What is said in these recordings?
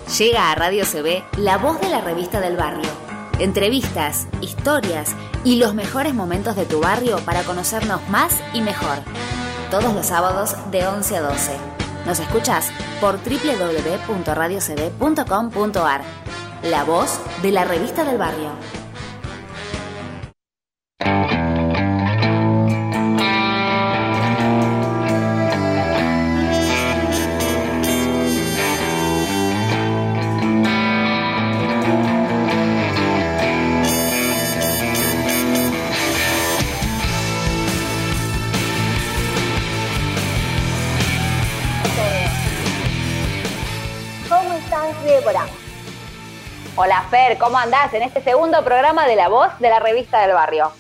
Llega a Radio CB La Voz de la Revista del Barrio. Entrevistas, historias y los mejores momentos de tu barrio para conocernos más y mejor. Todos los sábados de 11 a 12. Nos escuchás por www.radiocb.com.ar. La Voz de la Revista del Barrio. Hola Fer, ¿cómo andás en este segundo programa de La Voz de la Revista del Barrio?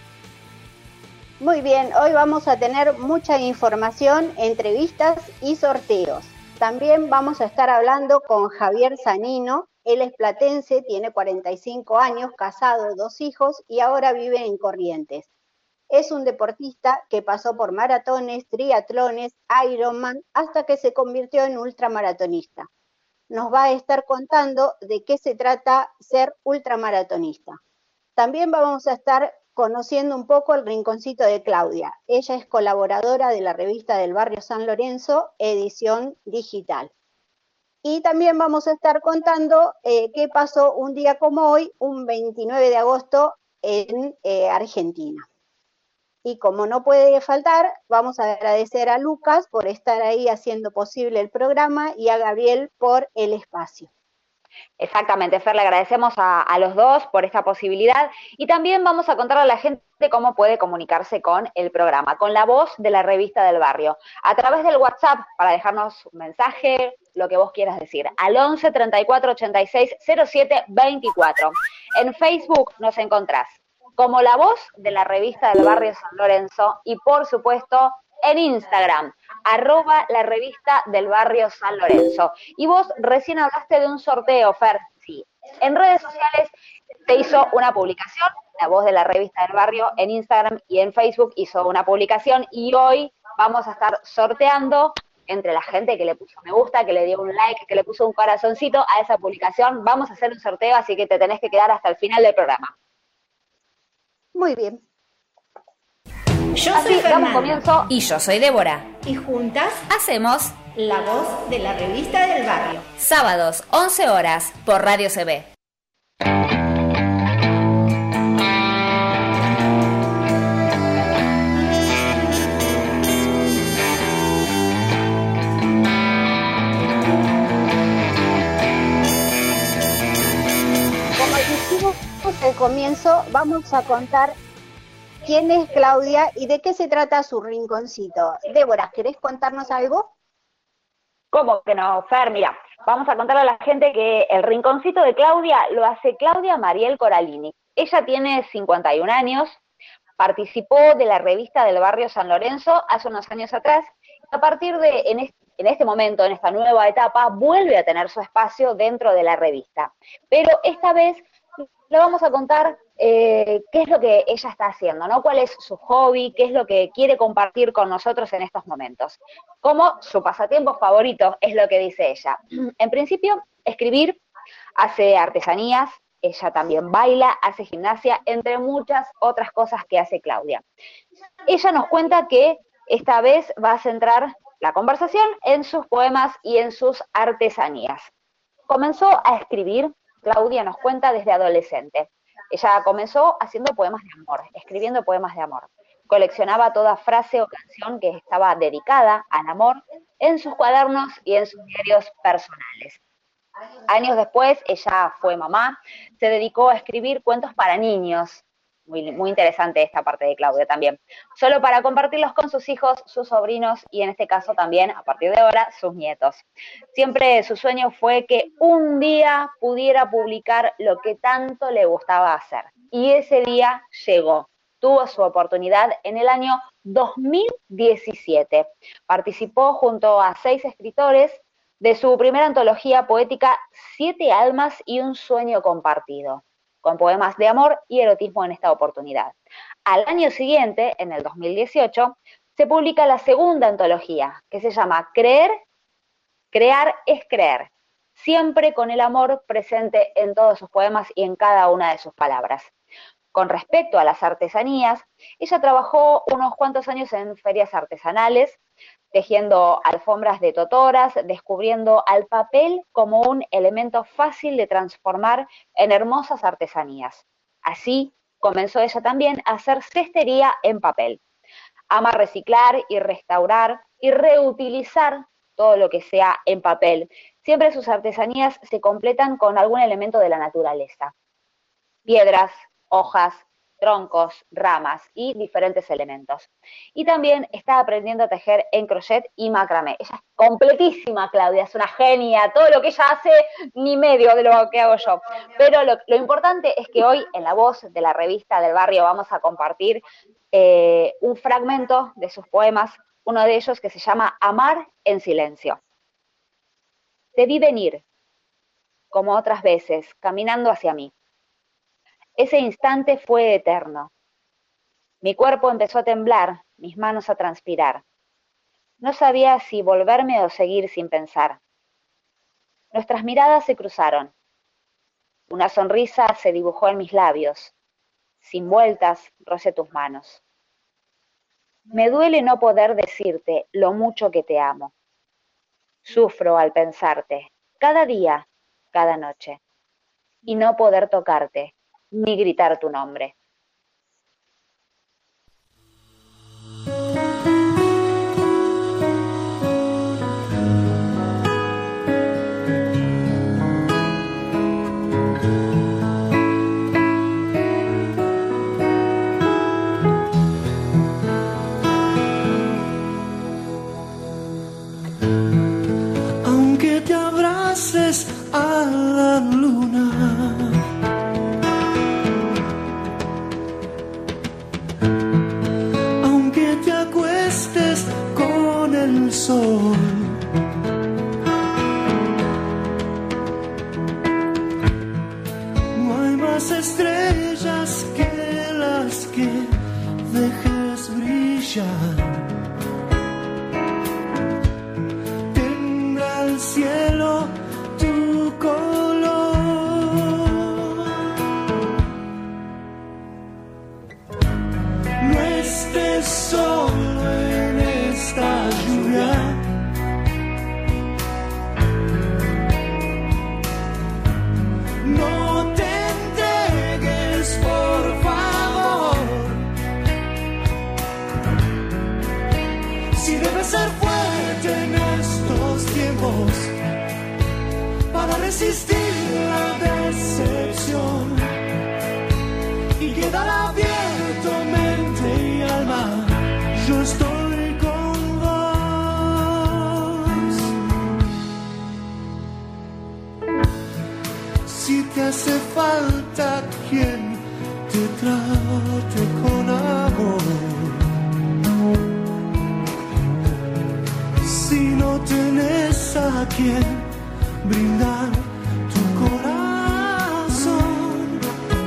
Muy bien, hoy vamos a tener mucha información, entrevistas y sorteos. También vamos a estar hablando con Javier Zanino. Él es platense, tiene 45 años, casado, 2 hijos y ahora vive en Corrientes. Es un deportista que pasó por maratones, triatlones, Ironman, hasta que se convirtió en ultramaratonista. Nos va a estar contando de qué se trata ser ultramaratonista. También vamos a estar conociendo un poco el rinconcito de Claudia. Ella es colaboradora de la revista del Barrio San Lorenzo, edición digital. Y también vamos a estar contando qué pasó un día como hoy, un 29 de agosto, en Argentina. Y como no puede faltar, vamos a agradecer a Lucas por estar ahí haciendo posible el programa y a Gabriel por el espacio. Exactamente, Fer, le agradecemos a los dos por esta posibilidad y también vamos a contarle a la gente cómo puede comunicarse con el programa, con La Voz de la Revista del Barrio, a través del WhatsApp para dejarnos un mensaje, lo que vos quieras decir, al 11 34 86 07 24. En Facebook nos encontrás como La Voz de la Revista del Barrio San Lorenzo y por supuesto en Instagram, @la revista del Barrio San Lorenzo. Y vos recién hablaste de un sorteo, Fer. Sí, en redes sociales te hizo una publicación, La Voz de la Revista del Barrio, en Instagram y en Facebook hizo una publicación y hoy vamos a estar sorteando entre la gente que le puso me gusta, que le dio un like, que le puso un corazoncito a esa publicación. Vamos a hacer un sorteo, así que te tenés que quedar hasta el final del programa. Muy bien. Yo soy Fernanda. Y yo soy Débora. Y juntas hacemos La Voz de la Revista del Barrio. Sábados, 11 horas, por Radio CB. Como dijimos al comienzo, vamos a contar quién es Claudia y de qué se trata su rinconcito. Débora, ¿querés contarnos algo? ¿Cómo que no, Fer? Mira, vamos a contarle a la gente que el rinconcito de Claudia lo hace Claudia Mariel Coralini. Ella tiene 51 años, participó de la revista del Barrio San Lorenzo hace unos años atrás, y a partir de, en este momento, en esta nueva etapa, vuelve a tener su espacio dentro de la revista. Pero esta vez le vamos a contar qué es lo que ella está haciendo, ¿no? Cuál es su hobby, qué es lo que quiere compartir con nosotros en estos momentos. Como su pasatiempo favorito, es lo que dice ella. En principio, escribir, hace artesanías, ella también baila, hace gimnasia, entre muchas otras cosas que hace Claudia. Ella nos cuenta que esta vez va a centrar la conversación en sus poemas y en sus artesanías. Comenzó a escribir, Claudia nos cuenta, desde adolescente. Ella comenzó haciendo poemas de amor, escribiendo poemas de amor. Coleccionaba toda frase o canción que estaba dedicada al amor en sus cuadernos y en sus diarios personales. Años después, ella fue mamá, se dedicó a escribir cuentos para niños. Muy interesante esta parte de Claudia también. Solo para compartirlos con sus hijos, sus sobrinos y en este caso también, a partir de ahora, sus nietos. Siempre su sueño fue que un día pudiera publicar lo que tanto le gustaba hacer. Y ese día llegó. Tuvo su oportunidad en el año 2017. Participó junto a 6 escritores de su primera antología poética 7 almas y un sueño compartido, con poemas de amor y erotismo en esta oportunidad. Al año siguiente, en el 2018, se publica la segunda antología, que se llama Crear es Creer, siempre con el amor presente en todos sus poemas y en cada una de sus palabras. Con respecto a las artesanías, ella trabajó unos cuantos años en ferias artesanales, tejiendo alfombras de totoras, descubriendo al papel como un elemento fácil de transformar en hermosas artesanías. Así comenzó ella también a hacer cestería en papel. Ama reciclar y restaurar y reutilizar todo lo que sea en papel. Siempre sus artesanías se completan con algún elemento de la naturaleza. Piedras, hojas, troncos, ramas y diferentes elementos. Y también está aprendiendo a tejer en crochet y macramé. Ella es completísima, Claudia, es una genia. Todo lo que ella hace, ni medio de lo que hago yo. Pero lo importante es que hoy, en La Voz de la Revista del Barrio, vamos a compartir un fragmento de sus poemas, uno de ellos que se llama Amar en silencio. Te vi venir, como otras veces, caminando hacia mí. Ese instante fue eterno. Mi cuerpo empezó a temblar, mis manos a transpirar. No sabía si volverme o seguir sin pensar. Nuestras miradas se cruzaron. Una sonrisa se dibujó en mis labios. Sin vueltas, rocé tus manos. Me duele no poder decirte lo mucho que te amo. Sufro al pensarte, cada día, cada noche, y no poder tocarte, ni gritar tu nombre. Aunque te abraces a la luna, aunque te acuestes con el sol, no hay más estrellas que las que dejes brillar. Tendrá el cielo tu color. No estés solo en esta lluvia. No te entregues, por favor. Si debes ser fuerte en estos tiempos para resistir la decepción y quedar abierto mente y alma, yo estoy con vos. Si te hace falta quien te trate con amor, si no tenés a quien brindar tu corazón,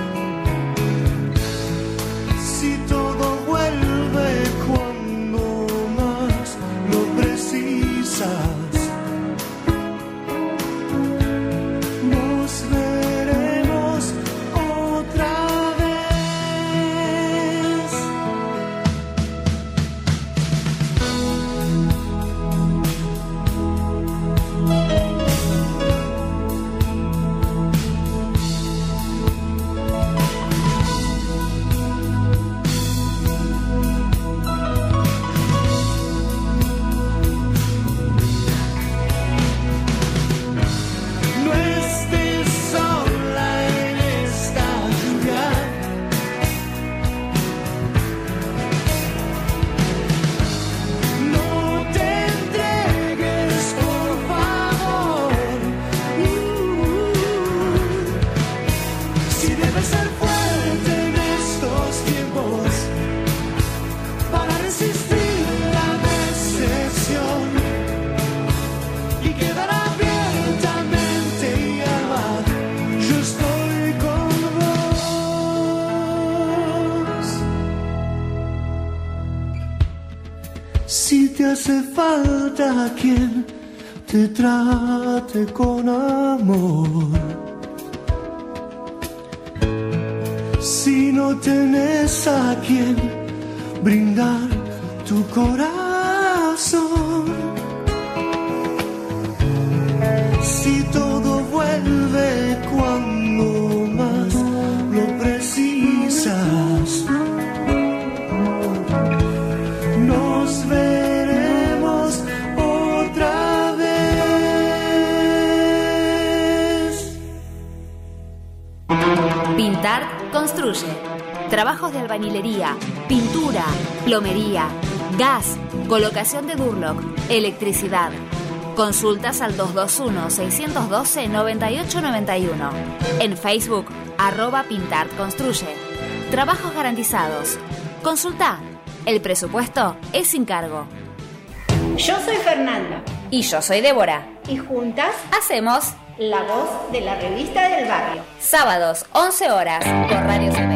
si todo vuelve cuando más lo precisas, nos veremos otra vez. No estés sola en esta lluvia. No te entregues, por favor. Si debes ser fuerte en estos tiempos para resistir la decepción y quedar abiertamente y alma, yo estoy con vos. Si te hace falta quien te trate con amor. Si no tenés a quien brindar tu corazón, si todo vuelve cuando más lo precisas, nos veremos otra vez. Pintar construye. Trabajos de albañilería, pintura, plomería, gas, colocación de Durlock, electricidad. Consultas al 221-612-9891. En Facebook, @pintartconstruye. Trabajos garantizados. Consulta. El presupuesto es sin cargo. Yo soy Fernanda. Y yo soy Débora. Y juntas Hacemos la voz de la revista del barrio. sábados, 11 horas, por Radio CB.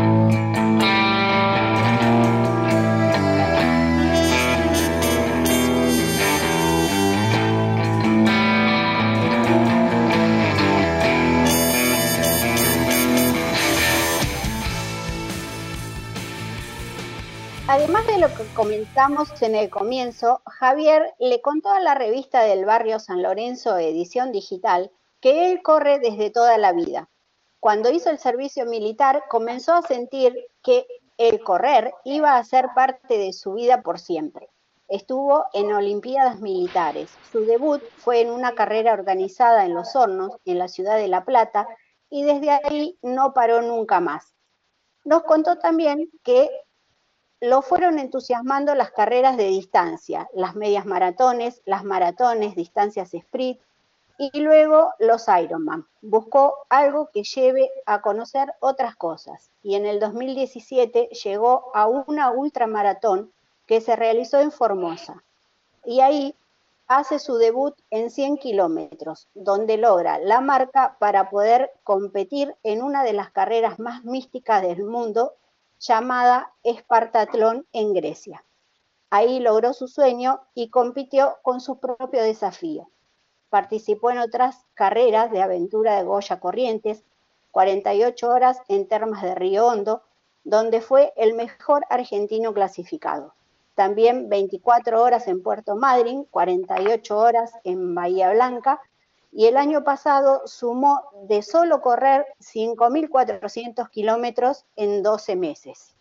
Además de lo que comentamos en el comienzo, Javier le contó a la revista del barrio San Lorenzo, edición digital, que él corre desde toda la vida. Cuando hizo el servicio militar, comenzó a sentir que el correr iba a ser parte de su vida por siempre. Estuvo en Olimpiadas Militares. Su debut fue en una carrera organizada en Los Hornos, en la ciudad de La Plata, y desde ahí no paró nunca más. Nos contó también que lo fueron entusiasmando las carreras de distancia, las medias maratones, las maratones, distancias sprint y luego los Ironman. Buscó algo que lleve a conocer otras cosas y en el 2017 llegó a una ultramaratón que se realizó en Formosa y ahí hace su debut en 100 kilómetros, donde logra la marca para poder competir en una de las carreras más místicas del mundo, llamada Espartatlón en Grecia. Ahí logró su sueño y compitió con su propio desafío. Participó en otras carreras de aventura de Goya Corrientes, 48 horas en Termas de Río Hondo, donde fue el mejor argentino clasificado. También 24 horas en Puerto Madryn, 48 horas en Bahía Blanca, y el año pasado sumó de solo correr 5.400 kilómetros en 12 meses.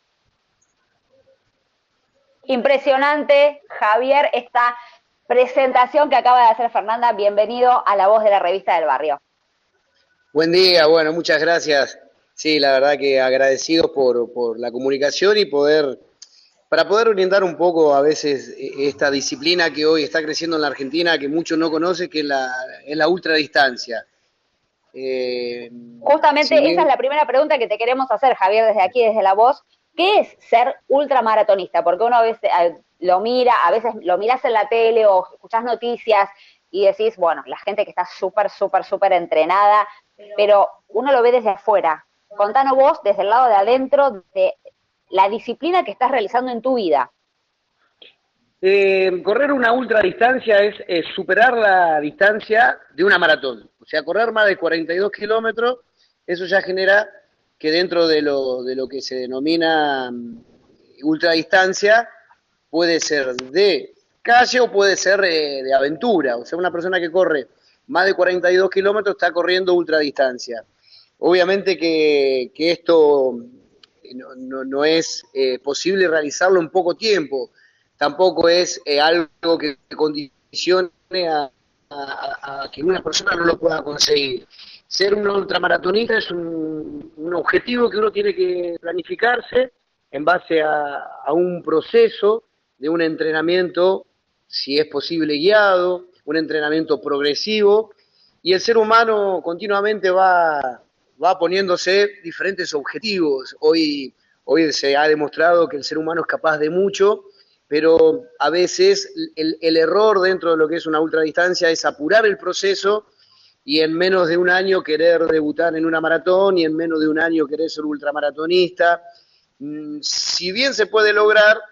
Impresionante, Javier, esta presentación que acaba de hacer Fernanda. Bienvenido a La Voz de la Revista del Barrio. Buen día, bueno, muchas gracias. Sí, la verdad que agradecidos por la comunicación y para poder orientar un poco a veces esta disciplina que hoy está creciendo en la Argentina, que muchos no conocen, que es la ultradistancia. Justamente bien, esa es la primera pregunta que te queremos hacer, Javier, desde aquí, desde La Voz. ¿Qué es ser ultramaratonista? Porque uno a veces lo mira, a veces lo mirás en la tele o escuchás noticias y decís, bueno, la gente que está súper entrenada, pero uno lo ve desde afuera. Contanos vos, desde el lado de adentro, de la disciplina que estás realizando en tu vida. Correr una ultradistancia es superar la distancia de una maratón. O sea, correr más de 42 kilómetros, eso ya genera que dentro de lo que se denomina ultradistancia, puede ser de calle o puede ser de aventura. O sea, una persona que corre más de 42 kilómetros está corriendo ultradistancia. Obviamente que esto no es posible realizarlo en poco tiempo, tampoco es algo que condicione a que una persona no lo pueda conseguir. Ser un ultramaratonista es un objetivo que uno tiene que planificarse en base a un proceso de un entrenamiento, si es posible guiado, un entrenamiento progresivo, y el ser humano continuamente va poniéndose diferentes objetivos. Hoy se ha demostrado que el ser humano es capaz de mucho, pero a veces el error dentro de lo que es una ultradistancia es apurar el proceso y en menos de un año querer debutar en una maratón y en menos de un año querer ser ultramaratonista. Si bien se puede lograr,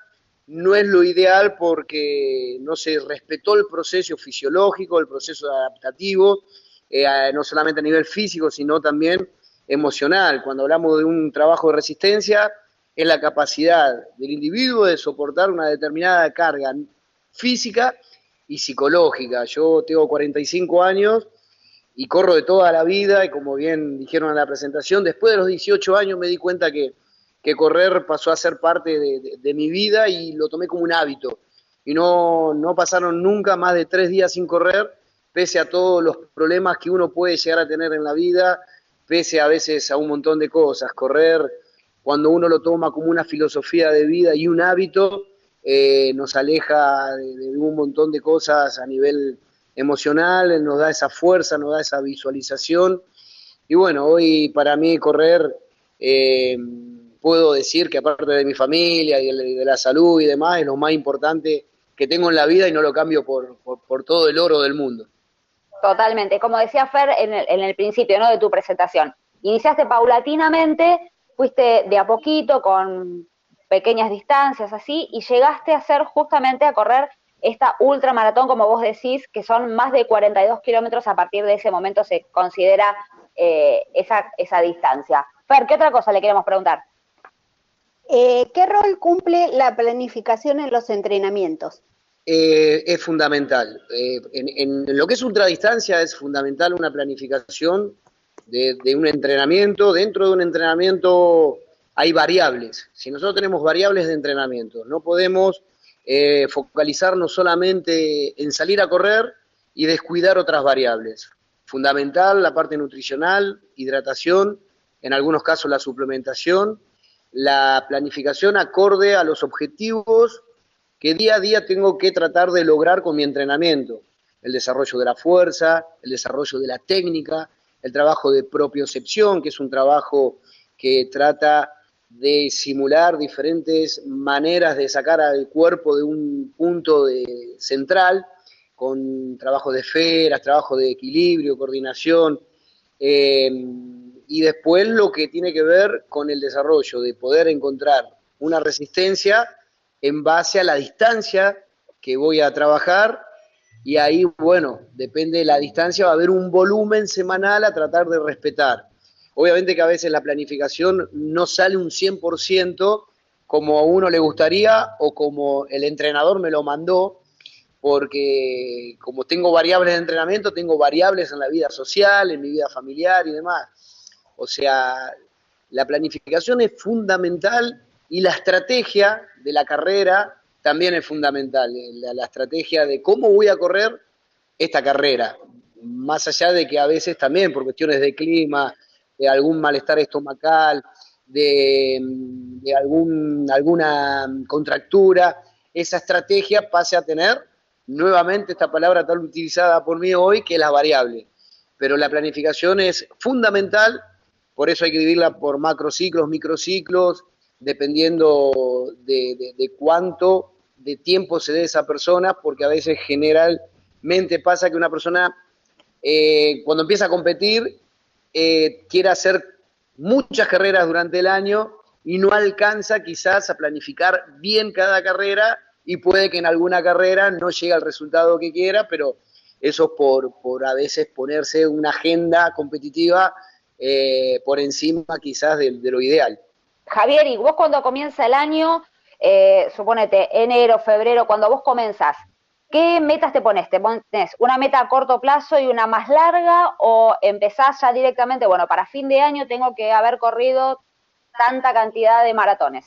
no es lo ideal porque no se respetó el proceso fisiológico, el proceso adaptativo, no solamente a nivel físico, sino también emocional. Cuando hablamos de un trabajo de resistencia, es la capacidad del individuo de soportar una determinada carga física y psicológica. Yo tengo 45 años y corro de toda la vida, y como bien dijeron en la presentación, después de los 18 años me di cuenta que correr pasó a ser parte de mi vida y lo tomé como un hábito. Y no pasaron nunca más de 3 días sin correr, pese a todos los problemas que uno puede llegar a tener en la vida, pese a veces a un montón de cosas. Correr, cuando uno lo toma como una filosofía de vida y un hábito, nos aleja de un montón de cosas a nivel emocional, nos da esa fuerza, nos da esa visualización. Y bueno, hoy para mí correr, puedo decir que aparte de mi familia y de la salud y demás, es lo más importante que tengo en la vida y no lo cambio por todo el oro del mundo. Totalmente. Como decía Fer en el principio, ¿no?, de tu presentación, iniciaste paulatinamente, fuiste de a poquito con pequeñas distancias así, y llegaste a hacer justamente a correr esta ultramaratón, como vos decís, que son más de 42 kilómetros. A partir de ese momento se considera esa distancia. Fer, ¿qué otra cosa le queremos preguntar? ¿Qué rol cumple la planificación en los entrenamientos? Es fundamental. En lo que es ultradistancia es fundamental una planificación de un entrenamiento. Dentro de un entrenamiento hay variables. Si nosotros tenemos variables de entrenamiento, no podemos focalizarnos solamente en salir a correr y descuidar otras variables. Fundamental la parte nutricional, hidratación, en algunos casos la suplementación, la planificación acorde a los objetivos que día a día tengo que tratar de lograr con mi entrenamiento. El desarrollo de la fuerza, el desarrollo de la técnica, el trabajo de propiocepción, que es un trabajo que trata de simular diferentes maneras de sacar al cuerpo de un punto central, con trabajo de esferas, trabajo de equilibrio, coordinación, y después lo que tiene que ver con el desarrollo de poder encontrar una resistencia en base a la distancia que voy a trabajar, y ahí, bueno, depende de la distancia, va a haber un volumen semanal a tratar de respetar. Obviamente que a veces la planificación no sale un 100% como a uno le gustaría o como el entrenador me lo mandó, porque como tengo variables de entrenamiento, tengo variables en la vida social, en mi vida familiar y demás. O sea, la planificación es fundamental y la estrategia de la carrera también es fundamental. La estrategia de cómo voy a correr esta carrera, más allá de que a veces también por cuestiones de clima, de algún malestar estomacal, de alguna contractura, esa estrategia pase a tener nuevamente esta palabra tan utilizada por mí hoy, que es la variable. Pero la planificación es fundamental, por eso hay que dividirla por macrociclos, microciclos, dependiendo de cuánto de tiempo se dé esa persona, porque a veces generalmente pasa que una persona cuando empieza a competir quiere hacer muchas carreras durante el año y no alcanza quizás a planificar bien cada carrera, y puede que en alguna carrera no llegue al resultado que quiera, pero eso es por a veces ponerse una agenda competitiva por encima quizás de lo ideal. Javier, y vos cuando comienza el año, suponete enero, febrero, cuando vos comenzás, ¿qué metas te pones? ¿Te pones una meta a corto plazo y una más larga, o empezás ya directamente, bueno, para fin de año tengo que haber corrido tanta cantidad de maratones?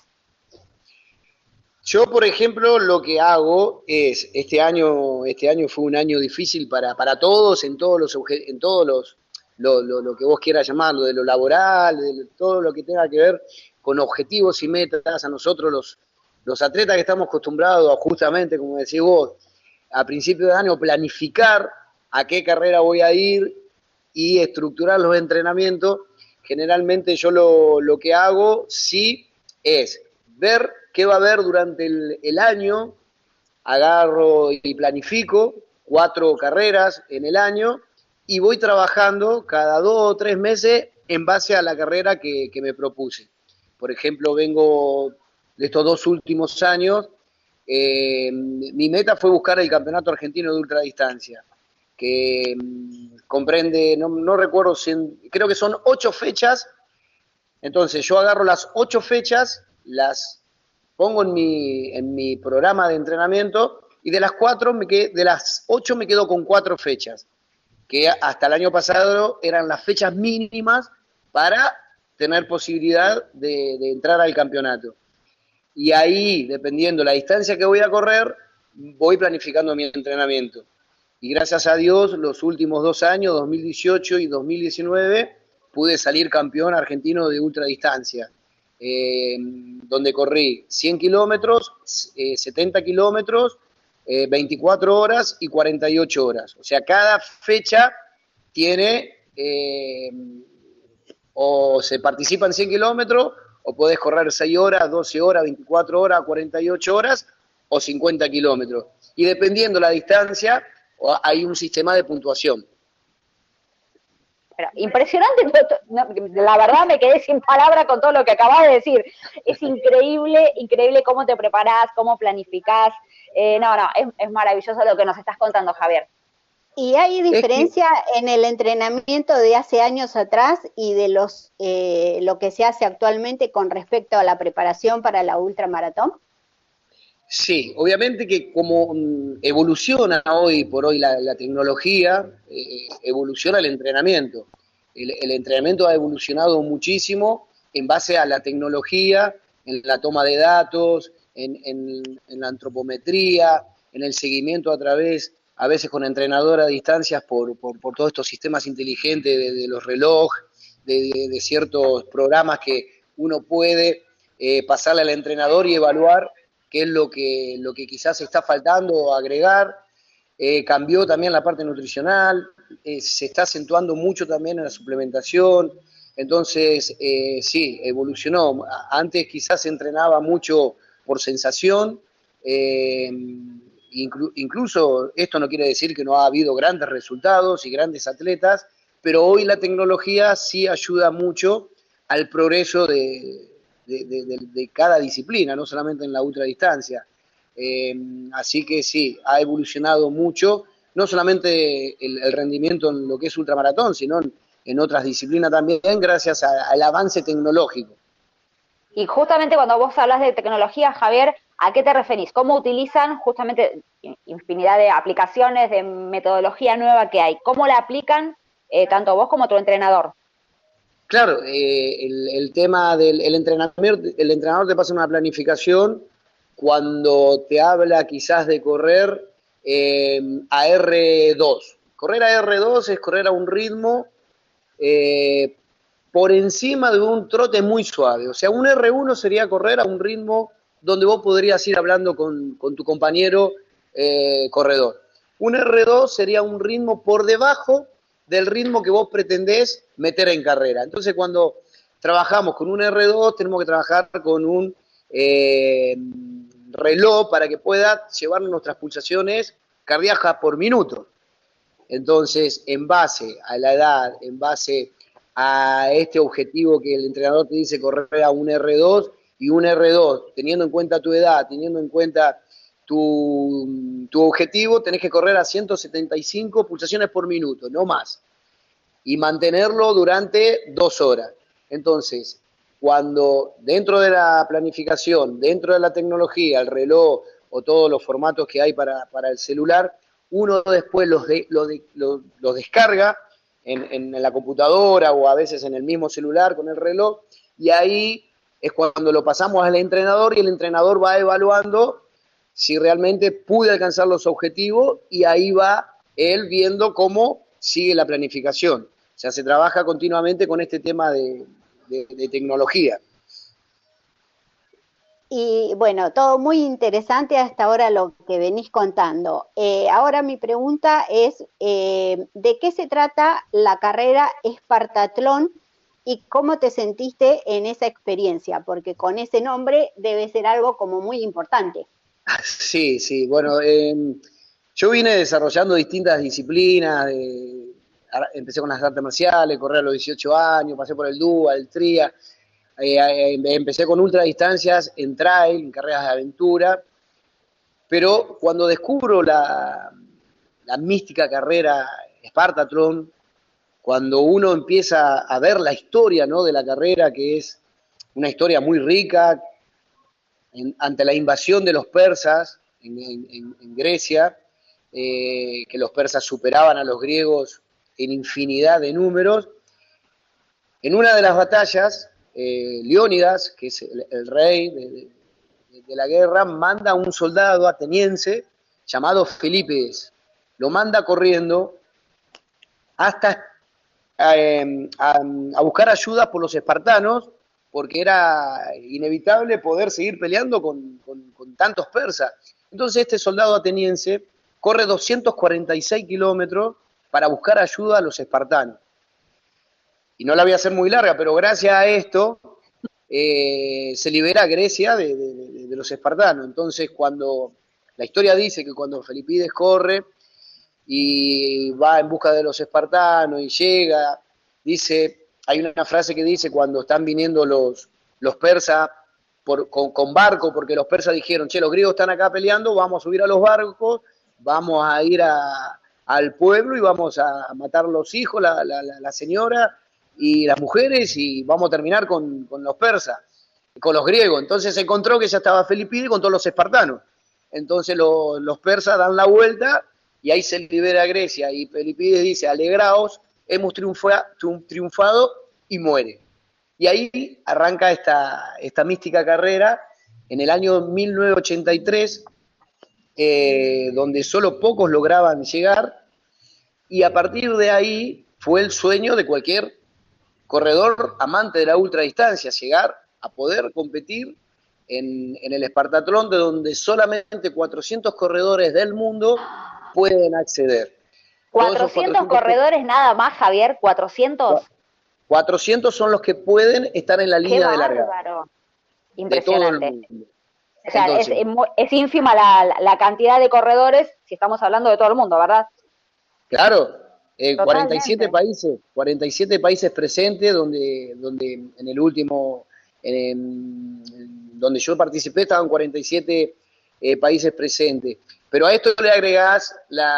Yo, por ejemplo, lo que hago es, este año fue un año difícil para todos, en todos lo que vos quieras llamarlo, de lo laboral, de todo lo que tenga que ver con objetivos y metas. A nosotros los atletas que estamos acostumbrados a, justamente, como decís vos, a principio de año planificar a qué carrera voy a ir y estructurar los entrenamientos, generalmente yo lo que hago sí es ver qué va a haber durante el año, agarro y planifico 4 carreras en el año y voy trabajando cada 2 o 3 meses en base a la carrera que me propuse. Por ejemplo, vengo de estos 2 últimos años mi meta fue buscar el campeonato argentino de ultradistancia, que comprende, no recuerdo, creo que son 8 fechas. Entonces yo agarro las 8 fechas, las pongo en mi programa de entrenamiento, y de las 8 me quedo con 4 fechas, que hasta el año pasado eran las fechas mínimas para tener posibilidad de entrar al campeonato. Y ahí, dependiendo la distancia que voy a correr, voy planificando mi entrenamiento. Y gracias a Dios, los últimos 2 años, 2018 y 2019, pude salir campeón argentino de ultradistancia, donde corrí 100 kilómetros, 70 kilómetros, 24 horas y 48 horas. O sea, cada fecha tiene, o se participa en 100 kilómetros, o podés correr 6 horas, 12 horas, 24 horas, 48 horas, o 50 kilómetros. Y dependiendo la distancia, hay un sistema de puntuación. Pero impresionante, la verdad me quedé sin palabra con todo lo que acabas de decir. Es increíble, increíble cómo te preparás, cómo planificás. Es maravilloso lo que nos estás contando, Javier. ¿Y hay diferencia en el entrenamiento de hace años atrás y de lo que se hace actualmente con respecto a la preparación para la ultramaratón? Sí, obviamente que como evoluciona hoy por hoy la tecnología, evoluciona el entrenamiento. El entrenamiento ha evolucionado muchísimo en base a la tecnología, en la toma de datos, en la antropometría, en el seguimiento a veces con entrenador a distancias por todos estos sistemas inteligentes de los relojes, de ciertos programas que uno puede pasarle al entrenador y evaluar qué es lo que quizás está faltando o agregar. Cambió también la parte nutricional, se está acentuando mucho también en la suplementación. Entonces, sí, evolucionó. Antes quizás se entrenaba mucho por sensación, incluso esto no quiere decir que no ha habido grandes resultados y grandes atletas, pero hoy la tecnología sí ayuda mucho al progreso de cada disciplina, no solamente en la ultradistancia. Así que sí, ha evolucionado mucho, no solamente el rendimiento en lo que es ultramaratón, sino en otras disciplinas también, gracias al avance tecnológico. Y justamente cuando vos hablas de tecnología, Javier, ¿a qué te referís? ¿Cómo utilizan justamente infinidad de aplicaciones, de metodología nueva que hay? ¿Cómo la aplican tanto vos como tu entrenador? Claro, el tema del entrenamiento, el entrenador te pasa una planificación cuando te habla quizás de correr a R2. Correr a R2 es correr a un ritmo por encima de un trote muy suave. O sea, un R1 sería correr a un ritmo donde vos podrías ir hablando con tu compañero corredor. Un R2 sería un ritmo por debajo del ritmo que vos pretendés meter en carrera. Entonces, cuando trabajamos con un R2, tenemos que trabajar con un reloj para que pueda llevarnos nuestras pulsaciones cardíacas por minuto. Entonces, en base a la edad, en base a este objetivo que el entrenador te dice correr a un R2, y un R2, teniendo en cuenta tu edad, teniendo en cuenta tu objetivo, tenés que correr a 175 pulsaciones por minuto, no más, y mantenerlo durante 2 horas. Entonces, cuando dentro de la planificación, dentro de la tecnología, el reloj o todos los formatos que hay para el celular, uno después los descarga en la computadora o a veces en el mismo celular con el reloj, y ahí es cuando lo pasamos al entrenador y el entrenador va evaluando si realmente pude alcanzar los objetivos, y ahí va él viendo cómo sigue la planificación. O sea, se trabaja continuamente con este tema de tecnología. Y bueno, todo muy interesante hasta ahora lo que venís contando. Ahora mi pregunta es, ¿de qué se trata la carrera Espartatlón y cómo te sentiste en esa experiencia? Porque con ese nombre debe ser algo como muy importante. Sí, bueno, yo vine desarrollando distintas disciplinas, empecé con las artes marciales, corrí a los 18 años, pasé por el DUA, el TRIA, empecé con ultradistancias en trail, en carreras de aventura, Pero cuando descubro la mística carrera Spartathlon, cuando uno empieza a ver la historia, ¿no?, de la carrera, que es una historia muy rica, ante la invasión de los persas en Grecia, que los persas superaban a los griegos en infinidad de números. En una de las batallas, Leónidas, que es el rey de la guerra, manda a un soldado ateniense llamado Filipides. Lo manda corriendo hasta a buscar ayuda por los espartanos, porque era inevitable poder seguir peleando con tantos persas. Entonces este soldado ateniense corre 246 kilómetros para buscar ayuda a los espartanos. Y no la voy a hacer muy larga, pero gracias a esto se libera Grecia de los espartanos. Entonces, cuando la historia dice que cuando Filipides corre y va en busca de los espartanos y llega, dice, hay una frase que dice cuando están viniendo los persas con barco, porque los persas dijeron, che, los griegos están acá peleando, vamos a subir a los barcos, vamos a ir al pueblo y vamos a matar los hijos, la señora y las mujeres, y vamos a terminar con los persas, con los griegos. Entonces se encontró que ya estaba Filipides con todos los espartanos. Entonces los persas dan la vuelta y ahí se libera Grecia, y Filipides dice, alegraos, hemos triunfado, y muere. Y ahí arranca esta mística carrera en el año 1983, donde solo pocos lograban llegar, y a partir de ahí fue el sueño de cualquier corredor amante de la ultradistancia, llegar a poder competir en el Spartathlon, de donde solamente 400 corredores del mundo pueden acceder. 400 corredores nada más, Javier, 400. 400 son los que pueden estar en la línea de largada. Bárbaro. De Impresionante. todo el mundo. O sea, Entonces, es ínfima la cantidad de corredores, si estamos hablando de todo el mundo, ¿verdad? claro, 47 países presentes, donde en el último, donde yo participé, estaban 47 países presentes. Pero a esto le agregás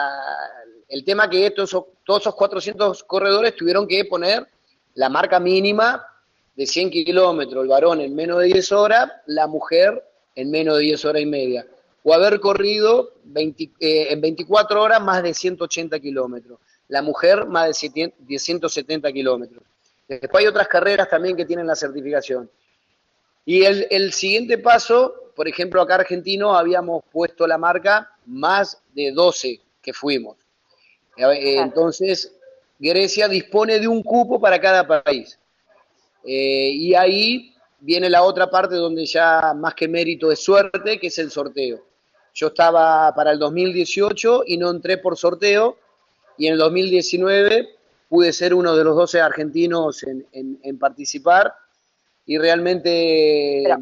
el tema que todos esos 400 corredores tuvieron que poner la marca mínima de 100 kilómetros, el varón en menos de 10 horas, la mujer en menos de 10 horas y media, o haber corrido en 24 horas más de 180 kilómetros, la mujer más de 170 kilómetros. Después hay otras carreras también que tienen la certificación. Y el siguiente paso, por ejemplo, acá argentino habíamos puesto la marca más de 12 que fuimos. Entonces, Grecia dispone de un cupo para cada país. Y ahí viene la otra parte donde ya más que mérito es suerte, que es el sorteo. Yo estaba para el 2018 y no entré por sorteo, y en el 2019 pude ser uno de los 12 argentinos en participar, y realmente... Pero,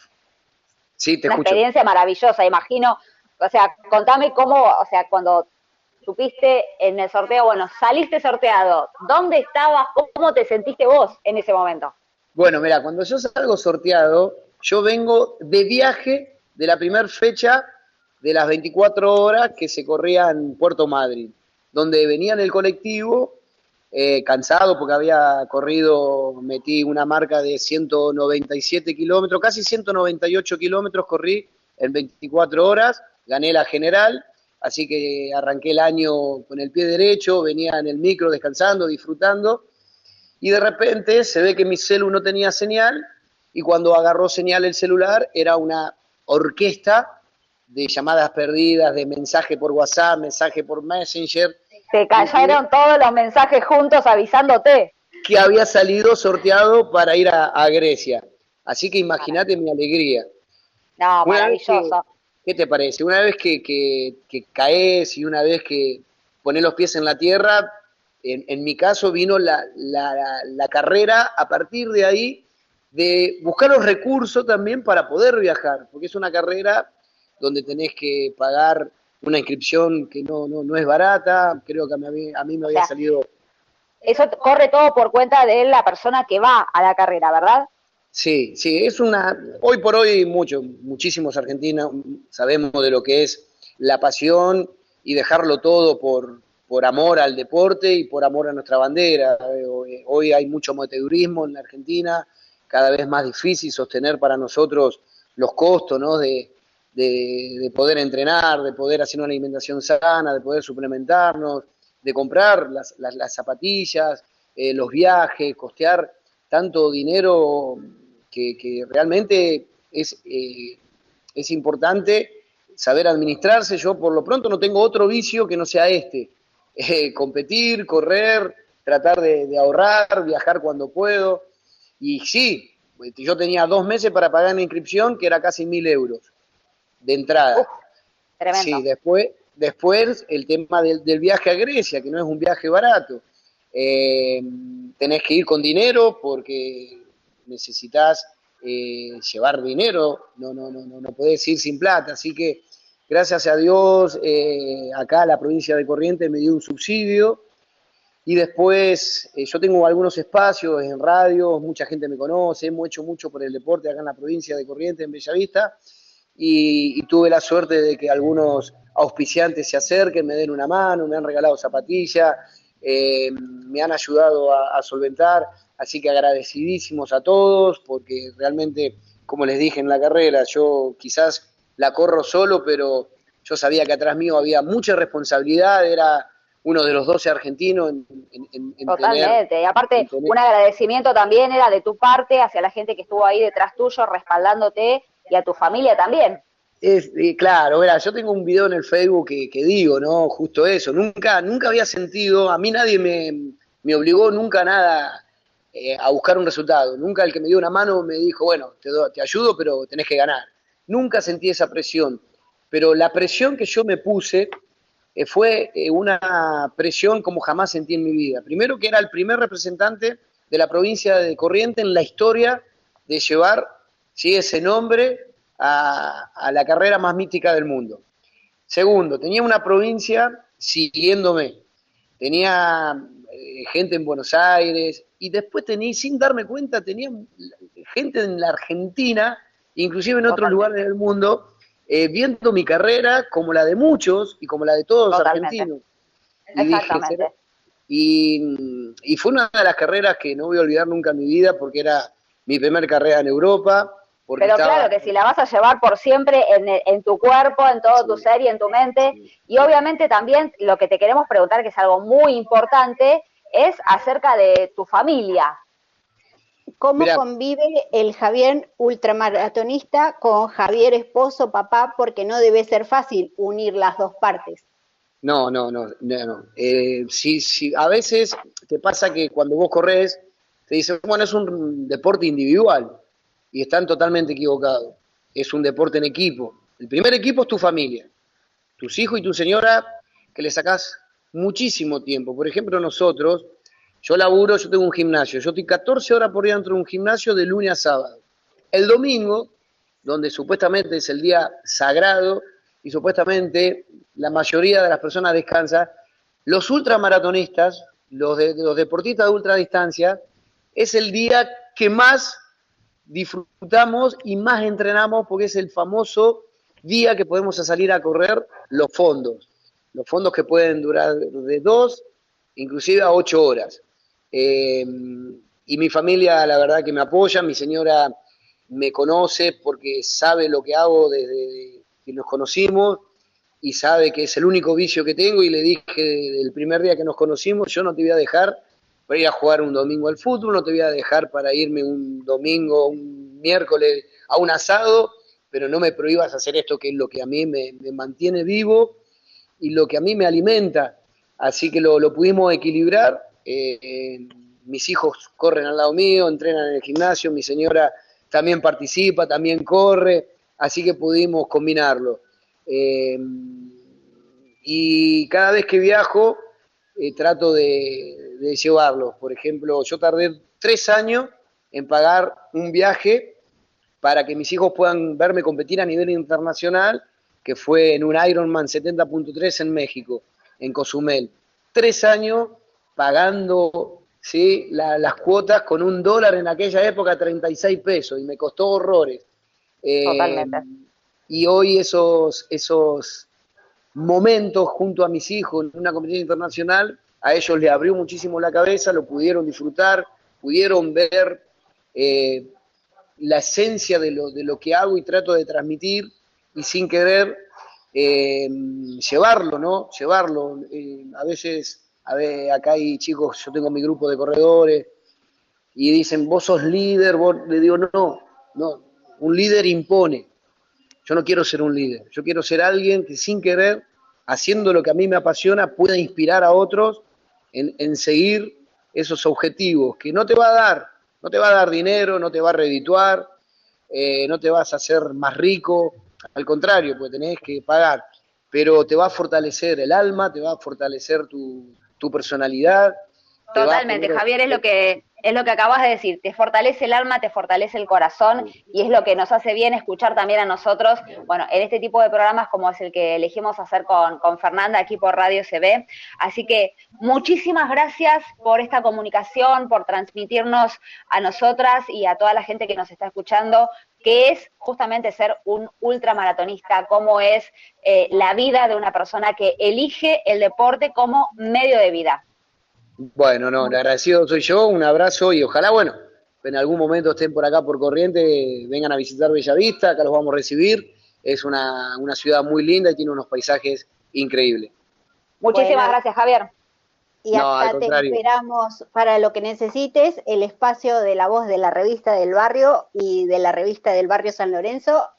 sí, te una escucho. experiencia maravillosa, imagino. O sea, contame cómo, o sea, cuando supiste en el sorteo, bueno, saliste sorteado, ¿dónde estabas? ¿Cómo te sentiste vos en ese momento? Bueno, mira, cuando yo salgo sorteado, yo vengo de viaje de la primera fecha de las 24 horas que se corría en Puerto Madryn, donde venía en el colectivo, cansado porque había corrido, metí una marca de 197 kilómetros, casi 198 kilómetros corrí en 24 horas, gané la general, así que arranqué el año con el pie derecho, venía en el micro descansando, disfrutando, y de repente se ve que mi celu no tenía señal, y cuando agarró señal el celular era una orquesta de llamadas perdidas, de mensaje por WhatsApp, mensaje por Messenger. Te cayeron todos los mensajes juntos avisándote. Que había salido sorteado para ir a Grecia. Así que imagínate mi alegría. No, maravilloso. ¿Qué te parece? Una vez que caes y una vez que pones los pies en la tierra, en mi caso vino la carrera a partir de ahí, de buscar los recursos también para poder viajar, porque es una carrera donde tenés que pagar una inscripción que no es barata, creo que a mí me había salido... Eso corre todo por cuenta de la persona que va a la carrera, ¿verdad? Sí, sí, hoy por hoy muchísimos argentinos sabemos de lo que es la pasión y dejarlo todo por amor al deporte y por amor a nuestra bandera. Hoy hay mucho mototurismo en la Argentina, cada vez más difícil sostener para nosotros los costos, ¿no? de poder entrenar, de poder hacer una alimentación sana, de poder suplementarnos, de comprar las zapatillas, los viajes, costear tanto dinero que realmente es importante saber administrarse. Yo por lo pronto no tengo otro vicio que no sea este. Competir, correr, tratar de ahorrar, viajar cuando puedo. Y sí, yo tenía 2 meses para pagar la inscripción, que era casi 1.000 € de entrada. Tremendo. Sí, después el tema del viaje a Grecia, que no es un viaje barato. Tenés que ir con dinero porque necesitas llevar dinero, no podés ir sin plata, así que gracias a Dios acá la provincia de Corrientes me dio un subsidio y después yo tengo algunos espacios en radio, mucha gente me conoce, hemos hecho mucho por el deporte acá en la provincia de Corrientes, en Bellavista, y tuve la suerte de que algunos auspiciantes se acerquen, me den una mano, me han regalado zapatillas, me han ayudado a solventar, así que agradecidísimos a todos, porque realmente, como les dije en la carrera, yo quizás la corro solo, pero yo sabía que atrás mío había mucha responsabilidad, era uno de los 12 argentinos en Totalmente, y aparte un agradecimiento también era de tu parte hacia la gente que estuvo ahí detrás tuyo, respaldándote, y a tu familia también. Claro, verá, yo tengo un video en el Facebook que digo, ¿no? Justo eso, nunca había sentido, a mí nadie me obligó nunca a nada a buscar un resultado, nunca el que me dio una mano me dijo, bueno, te ayudo, pero tenés que ganar. Nunca sentí esa presión, pero la presión que yo me puse fue una presión como jamás sentí en mi vida. Primero que era el primer representante de la provincia de Corrientes en la historia de llevar, ¿sí?, ese nombre a la carrera más mítica del mundo. Segundo, tenía una provincia siguiéndome, tenía gente en Buenos Aires, y después tenía, sin darme cuenta, tenía gente en la Argentina, inclusive en otros lugares del mundo, viendo mi carrera como la de muchos y como la de todos los argentinos. Y exactamente. Y fue una de las carreras que no voy a olvidar nunca en mi vida, porque era mi primer carrera en Europa. Pero claro, que si la vas a llevar por siempre en tu cuerpo, en todo tu ser y en tu mente, y obviamente también lo que te queremos preguntar, que es algo muy importante, es acerca de tu familia. ¿Cómo convive el Javier ultramaratonista con Javier esposo, papá? Porque no debe ser fácil unir las dos partes. No. Sí, a veces te pasa que cuando vos corres, te dicen, bueno, es un deporte individual. Y están totalmente equivocados. Es un deporte en equipo. El primer equipo es tu familia, tus hijos y tu señora, que le sacás muchísimo tiempo. Por ejemplo, nosotros, yo tengo un gimnasio, yo estoy 14 horas por día dentro de un gimnasio de lunes a sábado. El domingo, donde supuestamente es el día sagrado y supuestamente la mayoría de las personas descansan, los ultramaratonistas, los deportistas de ultradistancia, es el día que más disfrutamos y más entrenamos, porque es el famoso día que podemos salir a correr los fondos que pueden durar de 2 inclusive a 8 horas. Y mi familia, la verdad que me apoya, mi señora me conoce porque sabe lo que hago desde que nos conocimos y sabe que es el único vicio que tengo, y le dije el primer día que nos conocimos, yo no te voy a dejar para ir a jugar un domingo al fútbol, no te voy a dejar para irme un domingo, un miércoles a un asado, pero no me prohíbas hacer esto, que es lo que a mí me mantiene vivo y lo que a mí me alimenta. Así que lo pudimos equilibrar. Mis hijos corren al lado mío, entrenan en el gimnasio, mi señora también participa, también corre, así que pudimos combinarlo. Y cada vez que viajo trato de llevarlos. Por ejemplo, yo tardé 3 años en pagar un viaje para que mis hijos puedan verme competir a nivel internacional, que fue en un Ironman 70.3 en México, en Cozumel. 3 años pagando ¿sí? Las cuotas con $1 en aquella época, 36 pesos, y me costó horrores. Totalmente. Y hoy esos momentos junto a mis hijos en una competición internacional, a ellos les abrió muchísimo la cabeza, lo pudieron disfrutar, pudieron ver la esencia de lo que hago y trato de transmitir, y sin querer llevarlo, ¿no? Llevarlo. A veces, acá hay chicos, yo tengo mi grupo de corredores, y dicen, vos sos líder, le digo, no, un líder impone. Yo no quiero ser un líder, yo quiero ser alguien que sin querer, haciendo lo que a mí me apasiona, pueda inspirar a otros en seguir esos objetivos, que no te va a dar dinero, no te va a redituar, no te vas a hacer más rico, al contrario, pues tenés que pagar, pero te va a fortalecer el alma, te va a fortalecer tu personalidad. Totalmente, Javier, es lo que acabas de decir, te fortalece el alma, te fortalece el corazón, y es lo que nos hace bien escuchar también a nosotros, bueno, en este tipo de programas como es el que elegimos hacer con Fernanda aquí por Radio CB. Así que muchísimas gracias por esta comunicación, por transmitirnos a nosotras y a toda la gente que nos está escuchando qué es justamente ser un ultramaratonista, cómo es la vida de una persona que elige el deporte como medio de vida. Bueno, no, el agradecido soy yo, un abrazo, y ojalá, bueno, en algún momento estén por acá por Corrientes, vengan a visitar Bellavista, acá los vamos a recibir. Es una ciudad muy linda y tiene unos paisajes increíbles. Muchísimas gracias, Javier. Y acá te esperamos para lo que necesites, el espacio de La Voz de la Revista del Barrio y de la Revista del Barrio San Lorenzo,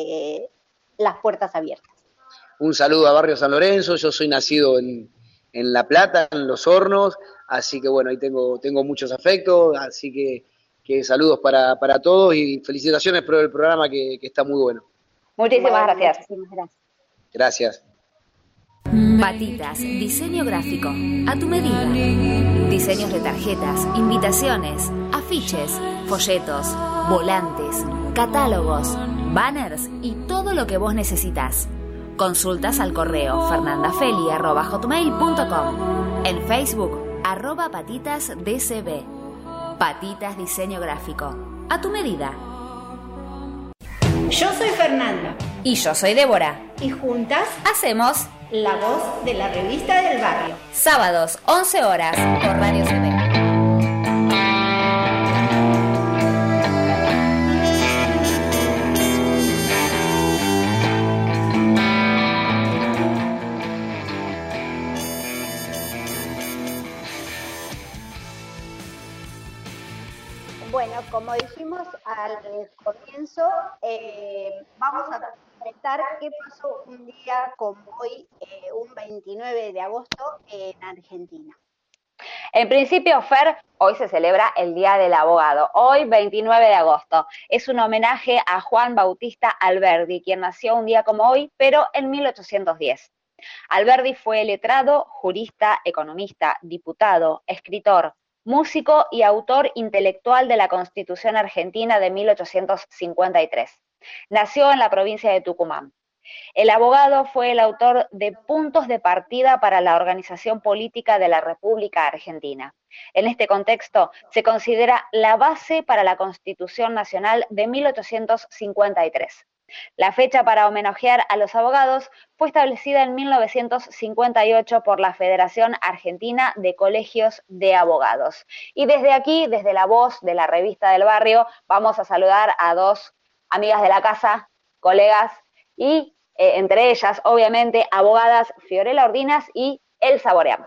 las puertas abiertas. Un saludo a Barrio San Lorenzo, yo soy nacido en La Plata, en Los Hornos, así que bueno, ahí tengo muchos afectos, así que saludos para todos y felicitaciones por el programa que está muy bueno. Muchísimas gracias. Muchísimas gracias. Gracias. Patitas, diseño gráfico, a tu medida. Diseños de tarjetas, invitaciones, afiches, folletos, volantes, catálogos, banners y todo lo que vos necesitas. Consultas al correo fernandafeli@hotmail.com. En Facebook, @patitasdcb. Patitas Diseño Gráfico. A tu medida. Yo soy Fernanda. Y yo soy Débora. Y juntas Hacemos La Voz de la Revista del Barrio. sábados, 11 horas, por Radio CB. Bueno, como dijimos al comienzo, vamos a comentar qué pasó un día como hoy, un 29 de agosto, en Argentina. En principio, Fer, hoy se celebra el Día del Abogado. Hoy, 29 de agosto. Es un homenaje a Juan Bautista Alberdi, quien nació un día como hoy, pero en 1810. Alberdi fue letrado, jurista, economista, diputado, escritor, músico y autor intelectual de la Constitución Argentina de 1853. Nació en la provincia de Tucumán. El abogado fue el autor de Puntos de Partida para la Organización Política de la República Argentina. En este contexto, se considera la base para la Constitución Nacional de 1853. La fecha para homenajear a los abogados fue establecida en 1958 por la Federación Argentina de Colegios de Abogados. Y desde aquí, desde La Voz de la Revista del Barrio, vamos a saludar a dos amigas de la casa, colegas, y entre ellas, obviamente, abogadas Fiorella Ordinas y Elsa Boream.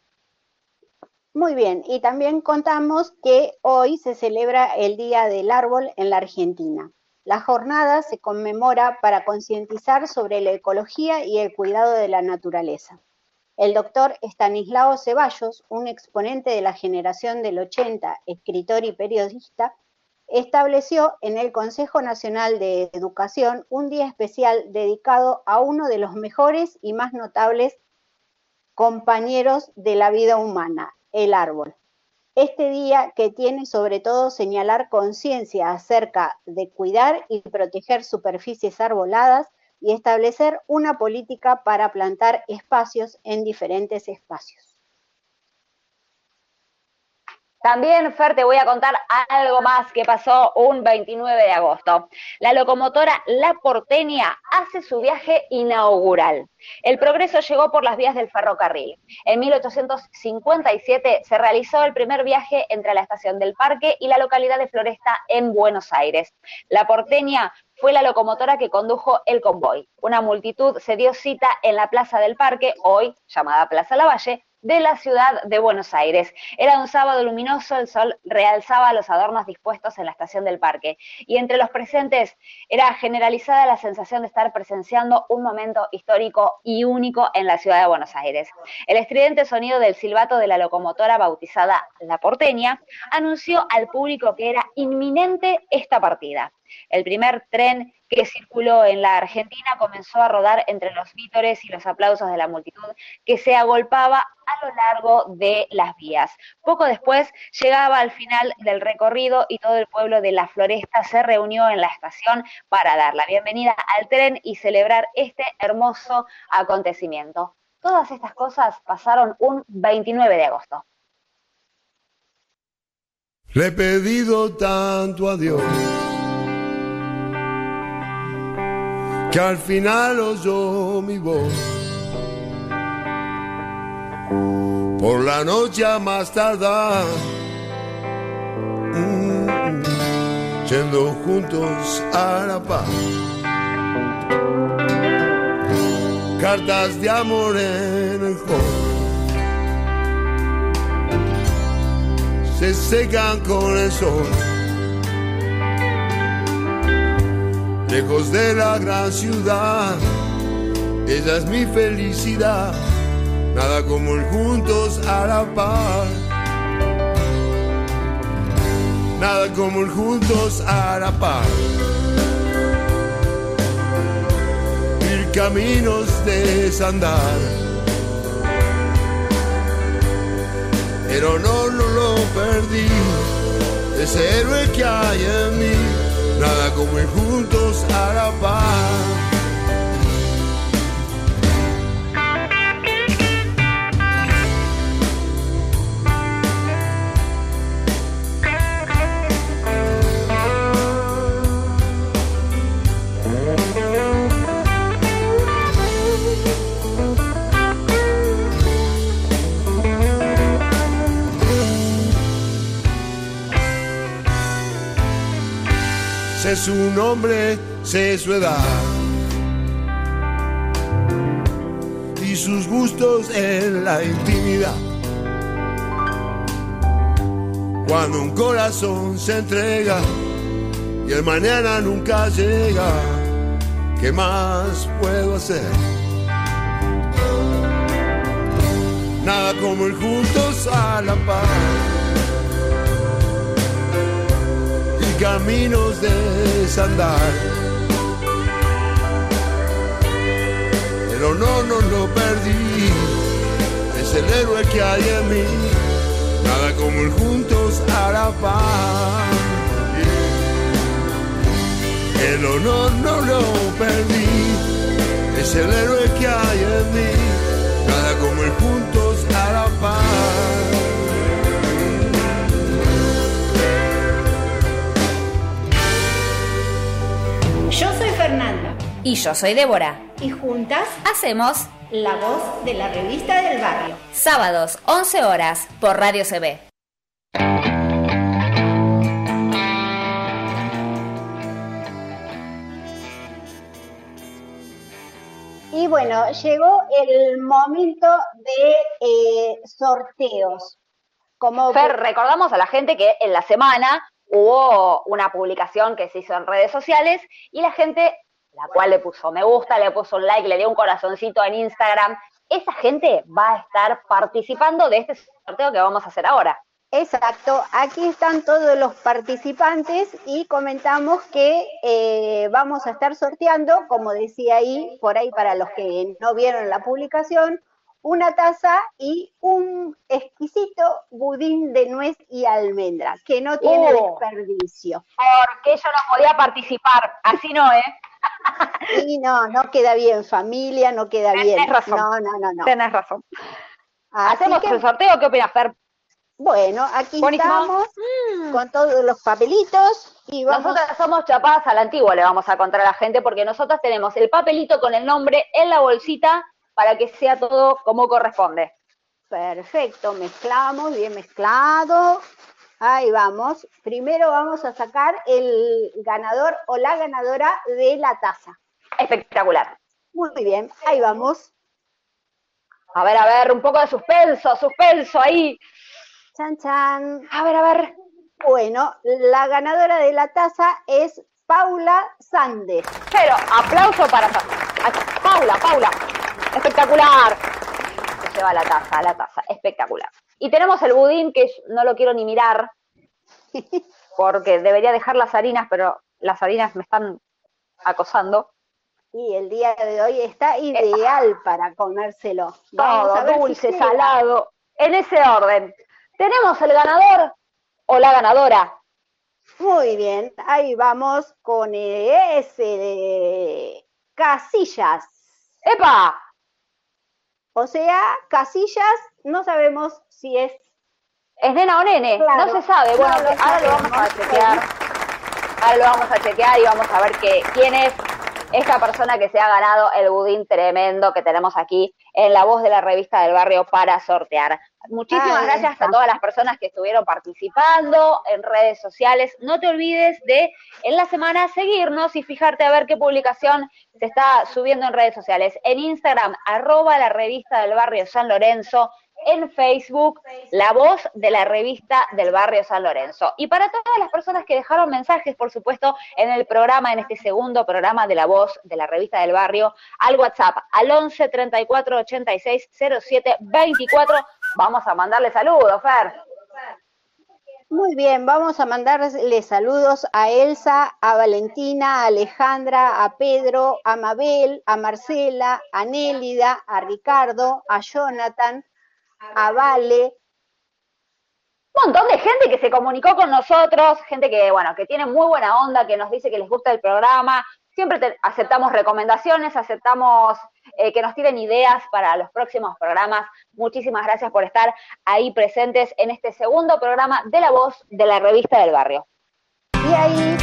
Muy bien, y también contamos que hoy se celebra el Día del Árbol en la Argentina. La jornada se conmemora para concientizar sobre la ecología y el cuidado de la naturaleza. El doctor Estanislao Ceballos, un exponente de la generación del 80, escritor y periodista, estableció en el Consejo Nacional de Educación un día especial dedicado a uno de los mejores y más notables compañeros de la vida humana, el árbol. Este día que tiene sobre todo señalar conciencia acerca de cuidar y proteger superficies arboladas y establecer una política para plantar espacios en diferentes espacios. También, Fer, te voy a contar algo más que pasó un 29 de agosto. La locomotora La Porteña hace su viaje inaugural. El progreso llegó por las vías del ferrocarril. En 1857 se realizó el primer viaje entre la estación del Parque y la localidad de Floresta en Buenos Aires. La Porteña fue la locomotora que condujo el convoy. Una multitud se dio cita en la Plaza del Parque, hoy llamada Plaza Lavalle, de la ciudad de Buenos Aires. Era un sábado luminoso, el sol realzaba los adornos dispuestos en la estación del Parque, y entre los presentes era generalizada la sensación de estar presenciando un momento histórico y único en la ciudad de Buenos Aires. El estridente sonido del silbato de la locomotora bautizada La Porteña anunció al público que era inminente esta partida. El primer tren que circuló en la Argentina comenzó a rodar entre los vítores y los aplausos de la multitud que se agolpaba a lo largo de las vías. Poco después llegaba al final del recorrido y todo el pueblo de La Floresta se reunió en la estación para dar la bienvenida al tren y celebrar este hermoso acontecimiento. Todas estas cosas pasaron un 29 de agosto. Le he pedido tanto a Dios que al final oyó mi voz. Por la noche a más tardar, yendo juntos a la paz. Cartas de amor en el hall se secan con el sol. Lejos de la gran ciudad, ella es mi felicidad. Nada como el juntos a la par. Nada como el juntos a la par. Ir caminos de desandar. Pero no lo perdí. Ese héroe que hay en mí. Nada como ir juntos a la paz. Sé su nombre, sé su edad y sus gustos en la intimidad. Cuando un corazón se entrega y el mañana nunca llega, ¿qué más puedo hacer? Nada como ir juntos a la paz. Caminos de desandar. Pero no lo perdí. Es el héroe que hay en mí. Nada como ir juntos a la paz. El honor no lo perdí. Es el héroe que hay en mí. Nada como ir juntos a la paz. Yo soy Fernanda. Y yo soy Débora. Y juntas Hacemos La Voz de la Revista del Barrio. sábados 11 horas por Radio CB. Y bueno, llegó el momento de sorteos. Como Fer, recordamos a la gente que en la semana hubo una publicación que se hizo en redes sociales y la gente, la cual le puso me gusta, le puso un like, le dio un corazoncito en Instagram, esa gente va a estar participando de este sorteo que vamos a hacer ahora. Exacto, aquí están todos los participantes y comentamos que vamos a estar sorteando, como decía ahí, por ahí para los que no vieron la publicación, una taza y un exquisito budín de nuez y almendra, que no tiene desperdicio. Porque yo no podía participar, así no, ¿eh? Y no queda bien, familia, no queda bien. Tenés razón. No. Tenés razón. Así ¿Hacemos que, el sorteo? ¿Qué opinas, Fer? Bueno, aquí Buenísimo. estamos con todos los papelitos y vamos. Nosotras somos chapadas a la antigua, le vamos a contar a la gente, porque nosotras tenemos el papelito con el nombre en la bolsita para que sea todo como corresponde. Perfecto, mezclamos, bien mezclado. Ahí vamos. Primero vamos a sacar el ganador o la ganadora de la taza. Espectacular. Muy bien, ahí vamos. A ver, un poco de suspenso ahí. Chan, chan. A ver. Bueno, la ganadora de la taza es Paula Sandes. Pero, aplauso para Paula. Espectacular. Se lleva la taza, espectacular. Y tenemos el budín, que no lo quiero ni mirar, porque debería dejar las harinas, pero las harinas me están acosando. Y el día de hoy está ideal para comérselo. Todo, dulce, salado, en ese orden. ¿Tenemos el ganador o la ganadora? Muy bien, ahí vamos con ese de Casillas. ¡Epa! O sea, Casillas, no sabemos si es... ¿Es nena o nene? Claro, no se sabe. Bueno, no ahora lo vamos a chequear. Ahora lo vamos a chequear y vamos a ver quién es esta persona que se ha ganado el budín tremendo que tenemos aquí en La Voz de la Revista del Barrio para sortear. Muchísimas gracias a todas las personas que estuvieron participando en redes sociales. No te olvides de en la semana seguirnos y fijarte a ver qué publicación se está subiendo en redes sociales. En Instagram, @la Revista del Barrio San Lorenzo. En Facebook, La Voz de la Revista del Barrio San Lorenzo. Y para todas las personas que dejaron mensajes, por supuesto, en el programa, en este segundo programa de La Voz de la Revista del Barrio, al WhatsApp, al 11 34 86 07 24, vamos a mandarle saludos, Fer. Muy bien, vamos a mandarle saludos a Elsa, a Valentina, a Alejandra, a Pedro, a Mabel, a Marcela, a Nélida, a Ricardo, a Jonathan, a Vale. Un montón de gente que se comunicó con nosotros, gente que, bueno, que tiene muy buena onda, que nos dice que les gusta el programa. Siempre aceptamos recomendaciones, aceptamos que nos tiren ideas para los próximos programas. Muchísimas gracias por estar ahí presentes en este segundo programa de La Voz de la Revista del Barrio. Y ahí...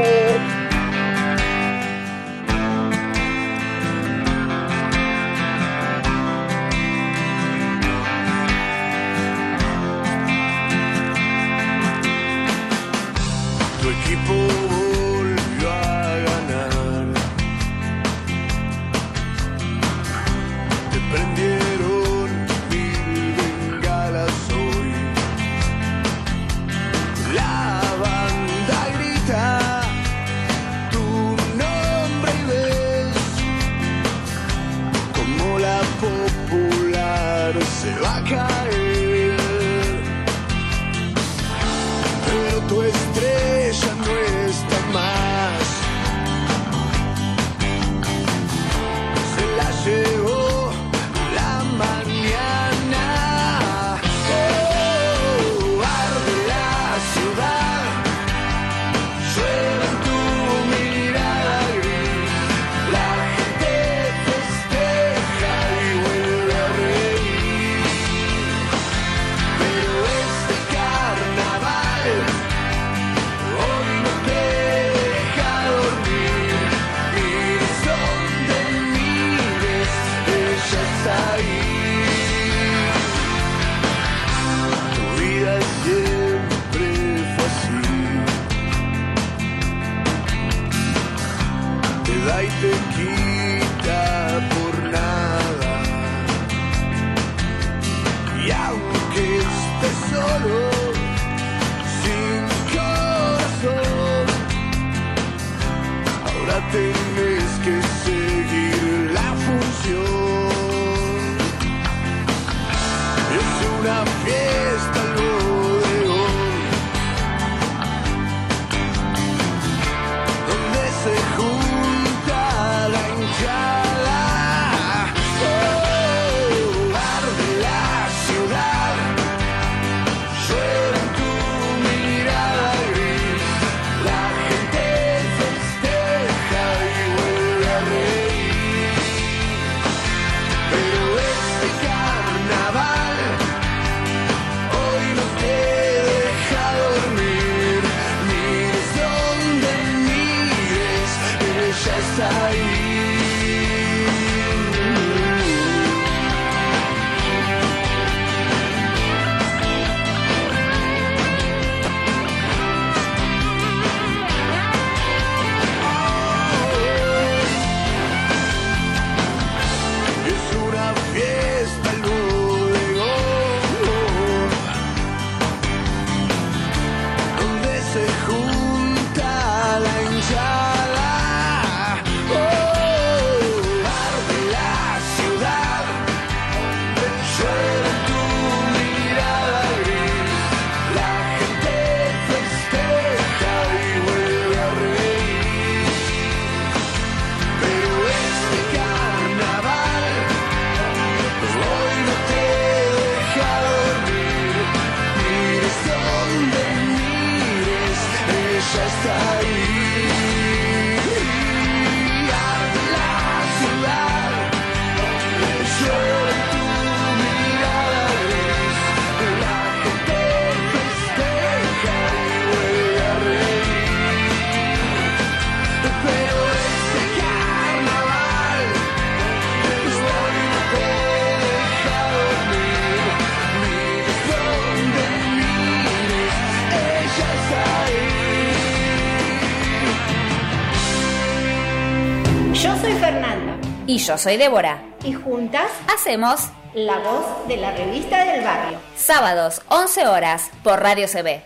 Tu equipo volvió a ganar. Te prendieron 1000 bengalas hoy. La banda grita tu nombre y ves como la popular se va a caer. Pero tu estrella no está más. Se la llevó la mañana. Oh, arde la ciudad. Llueve en tu mirada gris. La gente festeja y vuelve a reír. Pero este carnaval hoy no te deja dormir. Mires donde mires, ella está ahí. Tu vida siempre fue así. Te da y te quita por nada. Y aunque estés solo, sin corazón, ahora tenés que seguir la función. Es una fiesta lo de hoy, donde se junta la ella está ahí. Arde la ciudad, llueve tu mirada gris, la gente festeja y vuelve a reír. Pero este carnaval hoy no te deja dormir. Mires donde mires, ella está ahí. Yo soy Fernanda Y yo soy Débora. y juntas Hacemos la voz de la revista del barrio. sábados 11 horas por Radio CB.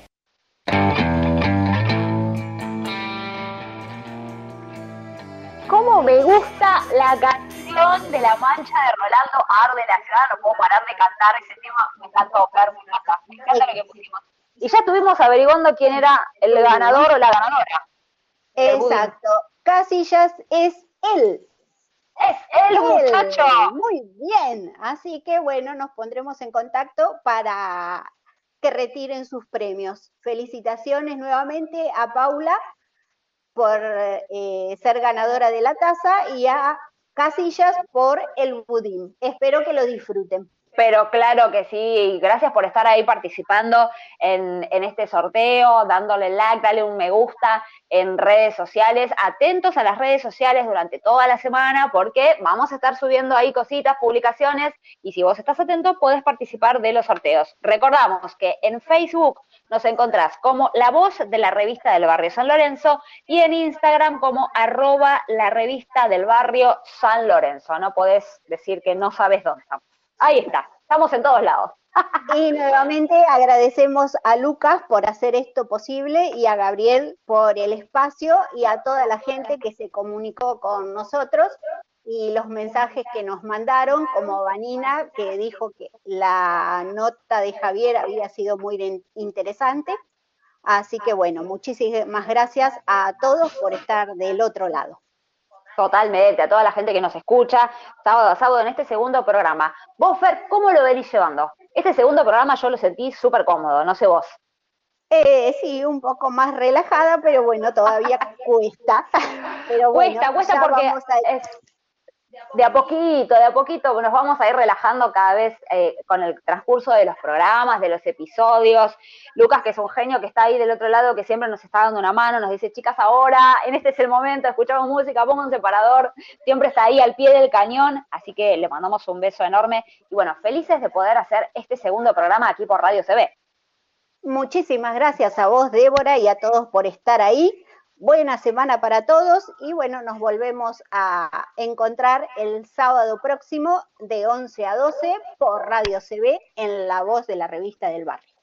¿Cómo me gusta la canción de La Mancha de Rolando Arde la Ciudad? No puedo parar de cantar ese tema. Me encantó, Fer, me encanta lo que pusimos. Y ya estuvimos averiguando quién era el ganador o la ganadora. Exacto. Casillas es él. Es el muchacho. Muy bien. Así que bueno, nos pondremos en contacto para que retiren sus premios. Felicitaciones nuevamente a Paula por ser ganadora de la taza y a Casillas por el budín. Espero que lo disfruten. Pero claro que sí, gracias por estar ahí participando en este sorteo, dándole like, dale un me gusta en redes sociales, atentos a las redes sociales durante toda la semana porque vamos a estar subiendo ahí cositas, publicaciones y si vos estás atento podés participar de los sorteos. Recordamos que en Facebook nos encontrás como La Voz de la Revista del Barrio San Lorenzo y en Instagram como @la Revista del Barrio San Lorenzo. No podés decir que no sabes dónde estamos. Ahí está, estamos en todos lados. Y nuevamente agradecemos a Lucas por hacer esto posible y a Gabriel por el espacio y a toda la gente que se comunicó con nosotros y los mensajes que nos mandaron, como Vanina, que dijo que la nota de Javier había sido muy interesante. Así que bueno, muchísimas gracias a todos por estar del otro lado. Totalmente, a toda la gente que nos escucha, sábado a sábado en este segundo programa. Vos, Fer, ¿cómo lo venís llevando? Este segundo programa yo lo sentí súper cómodo, no sé vos. Sí, un poco más relajada, pero bueno, todavía cuesta. Pero bueno, cuesta porque vamos a... de a poquito nos vamos a ir relajando cada vez con el transcurso de los programas, de los episodios. Lucas, que es un genio que está ahí del otro lado, que siempre nos está dando una mano, nos dice, chicas, ahora, este es el momento, escuchamos música, pongo un separador, siempre está ahí al pie del cañón, así que le mandamos un beso enorme. Y bueno, felices de poder hacer este segundo programa aquí por Radio CB. Muchísimas gracias a vos, Débora, y a todos por estar ahí. Buena semana para todos y bueno, nos volvemos a encontrar el sábado próximo de 11 a 12 por Radio CB en La Voz de la Revista del Barrio.